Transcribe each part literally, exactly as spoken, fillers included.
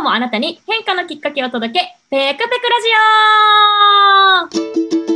もあなたに変化のきっかけを届け、ペクペクラジ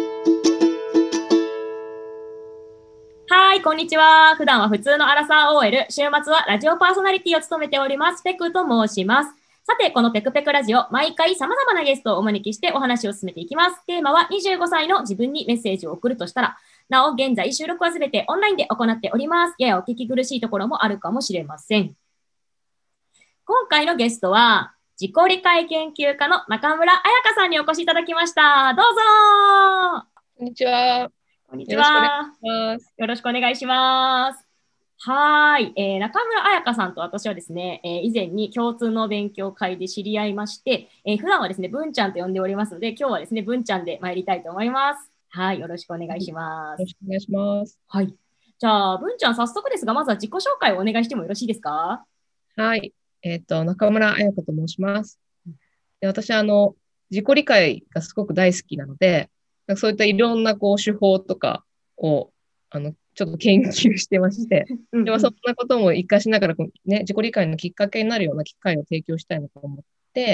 オ。はい、こんにちは。普段は普通のアラサー オーエル、週末はラジオパーソナリティを務めております、ペクと申します。さて、このペクペクラジオ、毎回様々なゲストをお招きしてお話を進めていきます。テーマはにじゅうごさいの自分にメッセージを送るとしたら、なお、現在収録はすべてオンラインで行っております。ややお聞き苦しいところもあるかもしれません。今回のゲストは、自己理解研究家の中村彩香さんにお越しいただきました。どうぞ。 こんにちは。 こんにちは。よろしくお願いします。はい、えー、中村彩香さんと私はですね、えー、以前に共通の勉強会で知り合いまして、えー、普段はですね、文ちゃんと呼んでおりますので、今日はですね、文ちゃんで参りたいと思います。はい、よろしくお願いします。 よろしくお願いします。 はい。じゃあ、文ちゃん、早速ですが、まずは自己紹介をお願いしてもよろしいですか？ はい。えっと、中村彩香と申します。で私は、あの、自己理解がすごく大好きなので、なんかそういったいろんなこう手法とかを、あの、ちょっと研究してまして、 うん、 でもそんなことも活かしながら、ね、自己理解のきっかけになるような機会を提供したいなと思って、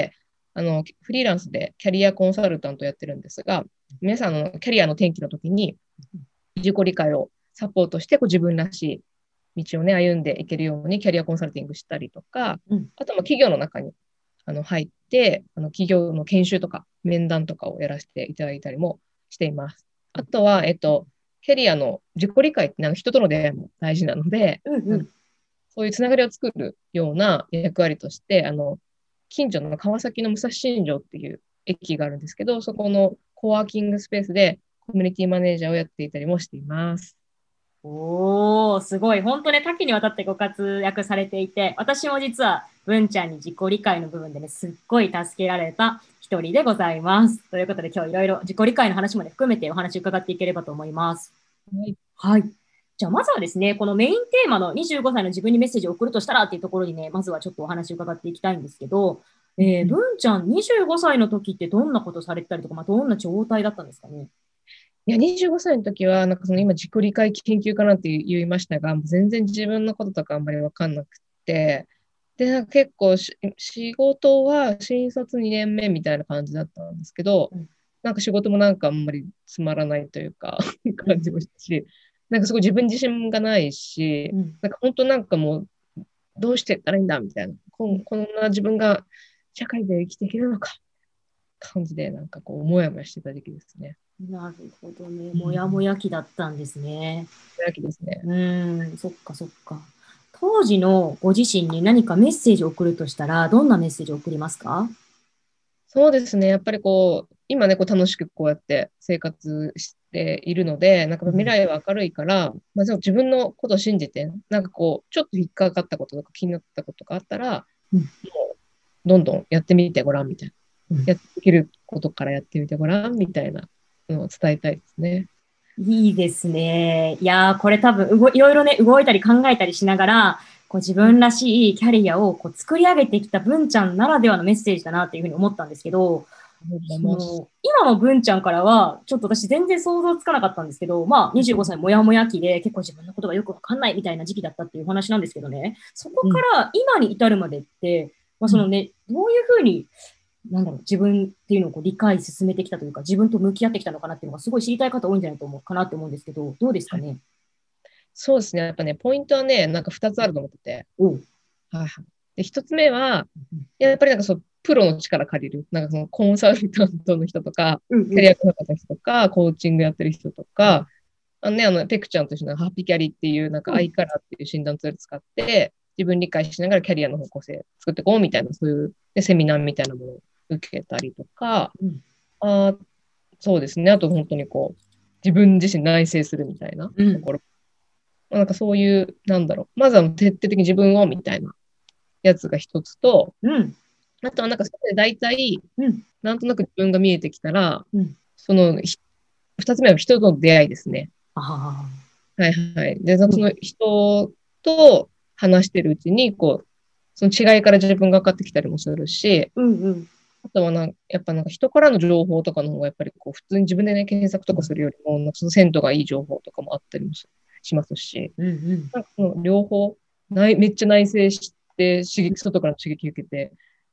あの、フリーランスでキャリアコンサルタントをやってるんですが、皆さんのキャリアの転機の時に、自己理解をサポートして、こう自分らしい道をね、歩んでいけるようにキャリアコンサルティングしたりとか、 うん、 あとは企業の中にあの入って、あの企業の研修とか面談とかをやらせていただいたりもしています。あとは、えっと、キャリアの自己理解って人との出会いも大事なので、 うんうん、 そういうつながりを作るような役割として、あの、近所の川崎の武蔵新城っていう駅があるんですけど、そこのコワーキングスペースでコミュニティマネージャーをやっていたりもしています。 おー、すごい。本当ね、多岐にわたってご活躍されていて、私も実は文ちゃんに自己理解の部分でね、すっごい助けられた一人でございます。ということで今日いろいろ自己理解の話まで含めてお話伺っていければと思います。 はい。 はい。じゃあまずはですね、このメインテーマのにじゅうごさいの自分にメッセージを送るとしたらっていうところにね、まずはちょっとお話を伺っていきたいんですけど、えー、文ちゃんにじゅうごさいの時ってどんなことされてたりとか、まあ、どんな状態だったんですかね？ いや、にじゅうごさいの時は、なんかその今自己理解研究家なんて言いましたが、もう全然自分のこととかあんまりわかんなくて、で、なんか結構し仕事は新卒にねんめみたいな感じだったんですけど、 うんなんか仕事もなんかあんまりつまらないというか感じうんもしたし、なんかすごい自分自身がないし、 うんなんか本当なんかもうどうしていったらいいんだみたいな、こん、こんな自分が社会で生きていけるのか感じで、なんかこう、もやもやしてた時期ですね。 なるほどね。 うん。 もやもや期だったんですね。 秋ですね。 うーん、そっかそっか。当時のご自身に何かメッセージを送るとしたら、どんなメッセージを送りますか？ そうですね。やっぱりこう、今ね、こう楽しくこうやって生活しているので、なんか未うん来は明るいから、まあ、でも自分のことを信じて、なんかこう、ちょっと引っかかったこととか気になったことがあったら、 うんもう、どんどんやってみてごらんみたいな。 うんやっていけることからやってみてごらんみたいなのを伝えたいですね。 いいですね。いやー、これ多分動い、いろいろね、動いたり考えたりしながら、こう自分らしいキャリアをこう作り上げてきた文ちゃんならではのメッセージだなっていうふうに思ったんですけど、 ありがとうございます。 その、今の文ちゃんからは、ちょっと私全然想像つかなかったんですけど、まあ、にじゅうごさいもやもや期で結構自分のことがよくわかんないみたいな時期だったっていうお話なんですけどね、そこかうん。 ら今に至るまでって、まあ、 うん。 そのね、どういうふうに、なんだろう、自分っていうのをこう理解進めてきたというか、自分と向き合ってきたのかなっていうのがすごい知りたい方多いんじゃないと思うかなって思うんですけど、どうですかね？ そうですね。やっぱね、ポイントはね、なんかふたつあると思ってて。 おう。 はいはい。で、ひとつめは、やっぱりなんかそう、プロの力借りる。なんかそのコンサルタントの人とか、 うんうん。 キャリアコンサルタントの人とか、コーチングやってる人とか、あのね、あの、ペクちゃんと一緒のハッピーキャリーっていう、なんかアうん。 イカラーっていう診断ツール使って、自分理解しながらキャリアの方向性作っていこうみたいな、そういう、ね、セミナーみたいなものを受けたりとか、 うん。 あ、そうですね。あと本当にこう、自分自身内省するみたいなうん。 ところ。まあなんかそういう、なんだろう。まずは徹底的に自分をみたいなやつが一つと、 うん。 あとはなんかそれで大体、 うん。 なんとなく自分が見えてきたら、 うん。 その、ひ二つ目は人との出会いですね。 ああ。 はいはい。で、 うん。 その人と話してるうちに、こう、その違いから自分が分かってきたりもするし、 うん。うん。 あとはなんやっぱなんか人からの情報とかの方がやっぱりこう普通に自分でね、検索とかするよりも、なんかその鮮度がいい情報とかもあったりもししますし、 うん。うん。 なんかその両方、ないめっちゃ内省して刺激、外からの刺激受けて、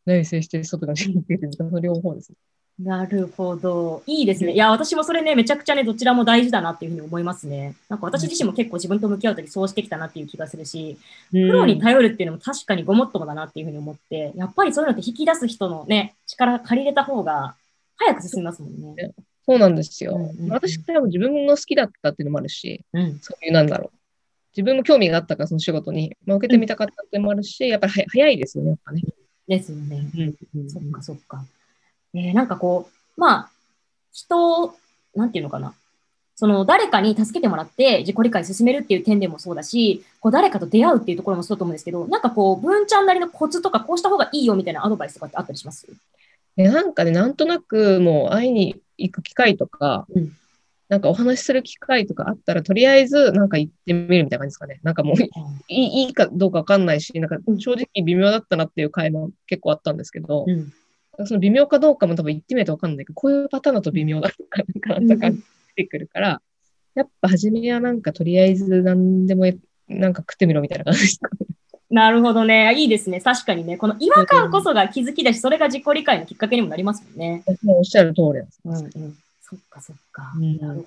内省して外が神経ってその両方ですね。 なるほど。いいですね。いや、私もそれね、めちゃくちゃね、どちらも大事だなっていうふうに思いますね。なんか私自身も結構自分と向き合うときそうしてきたなっていう気がするし、 うプロにん。 頼るっていうのも確かにごもっともだなっていうふうに思って、やっぱりそういうのって引き出す人のね、力借りれた方が早く進みますもんね。 そうなんですうんうよ。 ん私からも自分の好きだったっていうのもあるし、 うん。うん。 そういうなんだろう。自分も興味があったから、その仕事に、まあ、受けてみたかったっていうのもあるし、やっぱりは早いですよね、やっぱね。 ですよね。 うん。うんそっかそっか。えーなんかこう、まあ、人を、なんていうのかな。その誰かに助けてもらって自己理解進めるっていう点でもそうだし、こう誰かと出会うっていうところもそうだと思うんですけど、なんかこう、文ちゃんなりのコツとかこうした方がいいよみたいなアドバイスとかってあったりします？ で、なんかね、なんとなくもう会いに行く機会とか、 うん。 なんかお話しする機会とかあったら、とりあえずなんか行ってみるみたいな感じですかね。なんかもういい、いいかどうかわかんないし、なんかうん。 正直微妙だったなっていう回も結構あったんですけど、 うん。 その微妙かどうかも多分言ってみないとわかんないけど、こういうパターンだと微妙だとか、なんかなんうん。 とか出うん。 てくるから、やっぱ初めはなんかとりあえず何でもなんか食ってみろみたいな感じですかね。 なるほどね。いいですね。確かにね。この違和感こうん。 そが気づきだし、それが自己理解のきっかけにもなりますもんね。 もうおっしゃる通りなんです。 うんうん。そっかそっか。 うん。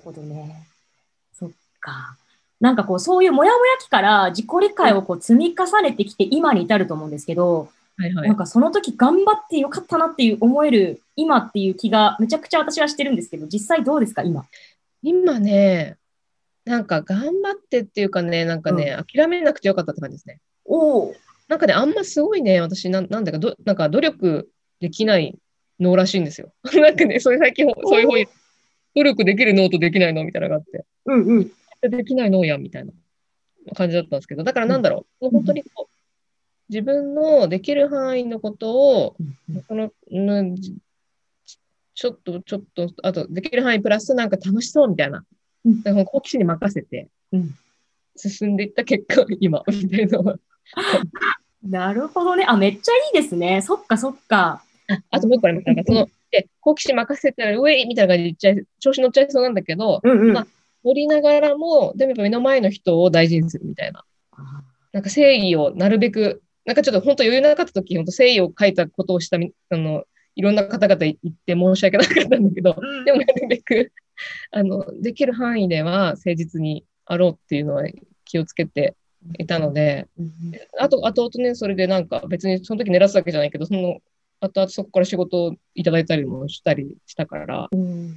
なるほどね。そっか。なんかこう、そういうモヤモヤ期から自己理解をこう積み重ねてきて今に至ると思うんですけど、 はいはい。 なんかその時頑張ってよかったなっていう思える今っていう気がめちゃくちゃ私はしてるんですけど、実際どうですか、今。 今ね、なんか頑張ってっていうかね、なんかうん。 ね、諦めなくてよかったって感じですね。 おお。 なんかね、あんますごいね、私な、なんだかど、なんか努力できない脳らしいんですよ。なんかね、そういう最近、 おそういう本、 ー。 努力できる脳とできない脳みたいなのがあって、 うんうん。 できない脳やんみたいな感じだったんですけど、だからうん。 なんだろう、もううん。 本当にこう自分のできる範囲のことを、 うん。うん。 その、うんちょっと、ちょっと、あと、できる範囲プラスなんか楽しそうみたいな、 うん。 だから好奇心に任せてうん。 進んでいった結果、今、みたいなのは感じ。 なるほどね。あ、めっちゃいいですね。そっかそっか。 あ、あなるほど。 ともう一個あります。なんかその、で、好奇心任せてたら、ウェイみたいな感じで言っちゃい、調子乗っちゃいそうなんだけど、まあ、 うんうん。 乗りながらも、でもやっぱ目の前の人を大事にするみたいな。 あなんか誠意をなるべく、なんかちょっと本当余裕なかった時、本当誠意を書いたことをしたみ、あの、いろんな方々言って申し訳なかったんだけど、 うん。 でもなるべく、あの、できる範囲では誠実にあろうっていうのは気をつけていたので、 うん。 あと、後々ね、それでなんか別にその時狙ってたわけじゃないけど、その、後々そこから仕事をいただいたりもしたりしたから、 うん。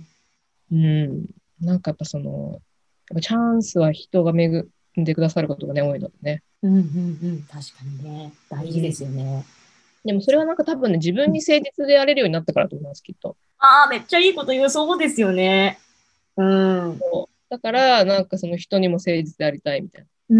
うん、なんかやっぱその、やっぱチャンスは人が恵んでくださることがね、多いのでね。 うん。うん。うん。確かにね。大事でうん、 すよね。 でもそれはなんか多分ね、自分に誠実でやれるようになったからと思います、きっと。 ああ、めっちゃいいこと言う。そうですよね。うん。うん。 だから、なんかその人にも誠実でありたいみたいな。 うん。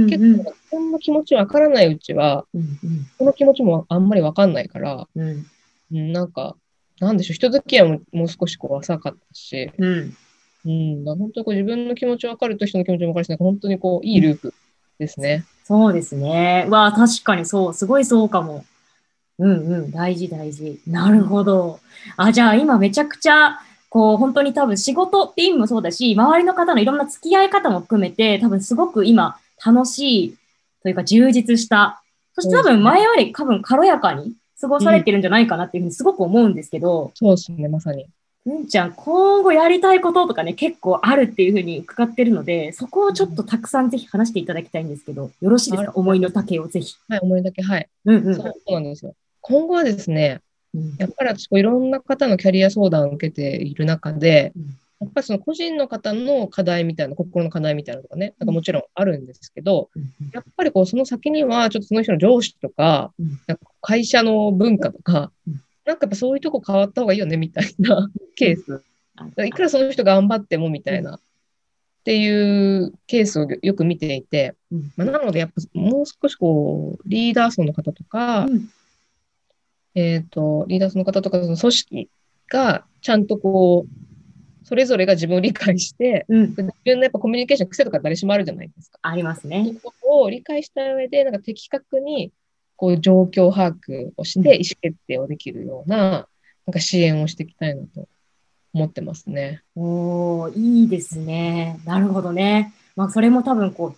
結構、自分の気持ちわからないうちは、 うん。うん。 この気持ちもあんまりわかんないから、 うん。 うん、なんか、なんでしょう、人付き合いももう少しこう浅かったし、 うん。 うん、だから本当にこう自分の気持ちわかると人の気持ちもわかるし、なんか本当にこう、いいループですね。 そうですね。わあ、確かにそう。すごいそうかも。うんうん。大事大事。なるほど。あ、じゃあ今めちゃくちゃ、こう、本当に多分仕事って意味もそうだし、周りの方のいろんな付き合い方も含めて、多分すごく今楽しいというか充実した。そして多分そうですね。 前より多分軽やかに過ごうん、 されてるんじゃないかなっていうふうにすごく思うんですけど、 そうですね、まさに。 うんちゃん、今後やりたいこととかね、結構あるっていうふうに伺ってるので、そこをちょっとたくさんぜひ話していただきたいんですけど、よろしいですあれ、 か？思いの丈をぜひ。 はい、思いだけ、はい。 うんうん。 そう、そうなんですよ。今後はですね、 うん。 やっぱり私、こういろんな方のキャリア相談を受けている中で、 うん。 やっぱりその個人の方の課題みたいな、心の課題みたいなのとかね、なんかうん。 もちろんあるんですけど、 うん。 やっぱりこうその先には、ちょっとその人の上司とか、 うん。 なんか会社の文化とか、 うん。 なんかやっぱそういうとこ変わった方がいいよね、みたいなうん。 ケース。 ああ。 いくらその人頑張ってもみうん。 たいな、っていうケースをよく見ていて、 うん。 まあ、なのでやっぱもう少しこう、リーダー層の方とか、 うん。 えっと、リーダー層の方とか、その組織がちゃんとこう、それぞれが自分を理解して、 うん。 自分のやっぱコミュニケーション癖とか誰しもあるじゃないですか。 ありますね。 そういうことを理解した上で、なんか的確にこう状況把握をしうん。 て意思決定をできるような、なんか支援をしていきたいなと思ってますね。 おー、いいですね。なるほどね。まあ、それも多分こう、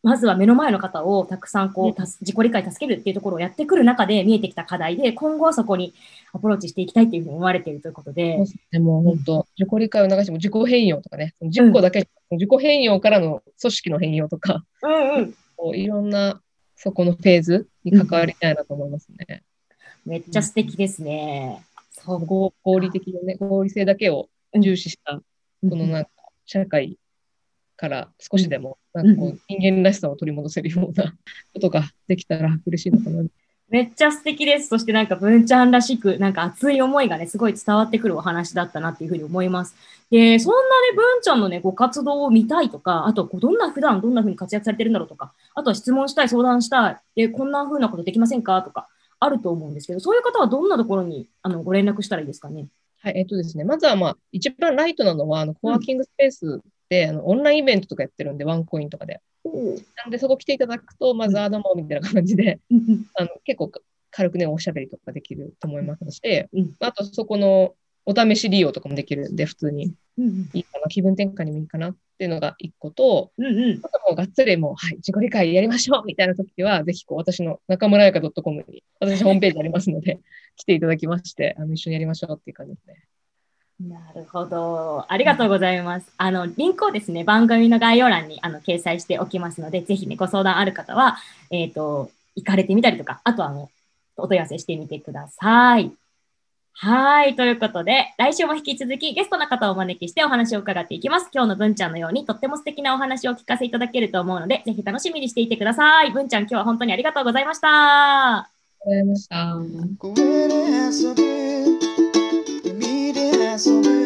まずは目の前の方をたくさんこう、 うん自己理解助けるっていうところをやってくる中で見えてきた課題で、今後はそこにアプローチしていきたいっていうふうに思われているということで。 そうですね、もう本当、自己理解を流しても自己変容とかね、自己だけ、うん、自己変容からの組織の変容とか、 うんうん、 こういろんなそこのフェーズに関わりたいなと思いますね。 うん、めっちゃ素敵ですね。 そう、合理的なね、合理性だけを重視した、うん、このなんか社会から少しでも、なんかこう、人間らしさを取り戻せるようなことができたら嬉しいのかな。 めっちゃ素敵です。そしてなんか文ちゃんらしく、なんか熱い思いがね、すごい伝わってくるお話だったなっていうふうに思います。で、そんなね、文ちゃんのね、ご活動を見たいとか、あと、どんな、普段どんなふうに活躍されてるんだろうとか、あとは質問したい、相談したい、で、こんなふうなことできませんかとか、あると思うんですけど、そういう方はどんなところにあのご連絡したらいいですかね。 はい、えっとですね、まずはまあ、一番ライトなのは、あの、コワーキングスペースで、うん、あの、オンラインイベントとかやってるんで、ワンコインとかで。なんで、そこ来ていただくと、まず、あどうも、みたいな感じで、うん、あの、結構、軽くね、おしゃべりとかできると思いますし、うん、あと、そこのお試し利用とかもできるんで、普通にいいかな、気分転換にもいいかなっていうのが一個と、うんうん、あともうがっつりもう、はい、自己理解やりましょうみたいな時は、ぜひこう、私の中村彩香 .com に、私ホームページありますので、来ていただきまして、あの一緒にやりましょうっていう感じですね。 なるほど。ありがとうございます。あの、リンクをですね、番組の概要欄にあの掲載しておきますので、ぜひね、ご相談ある方は、えっと、行かれてみたりとか、あとはあの、お問い合わせしてみてください。はい。ということで、来週も引き続きゲストの方をお招きしてお話を伺っていきます。今日の文ちゃんのようにとっても素敵なお話を聞かせいただけると思うので、ぜひ楽しみにしていてください。文ちゃん、今日は本当にありがとうございました。 ありがとうございました。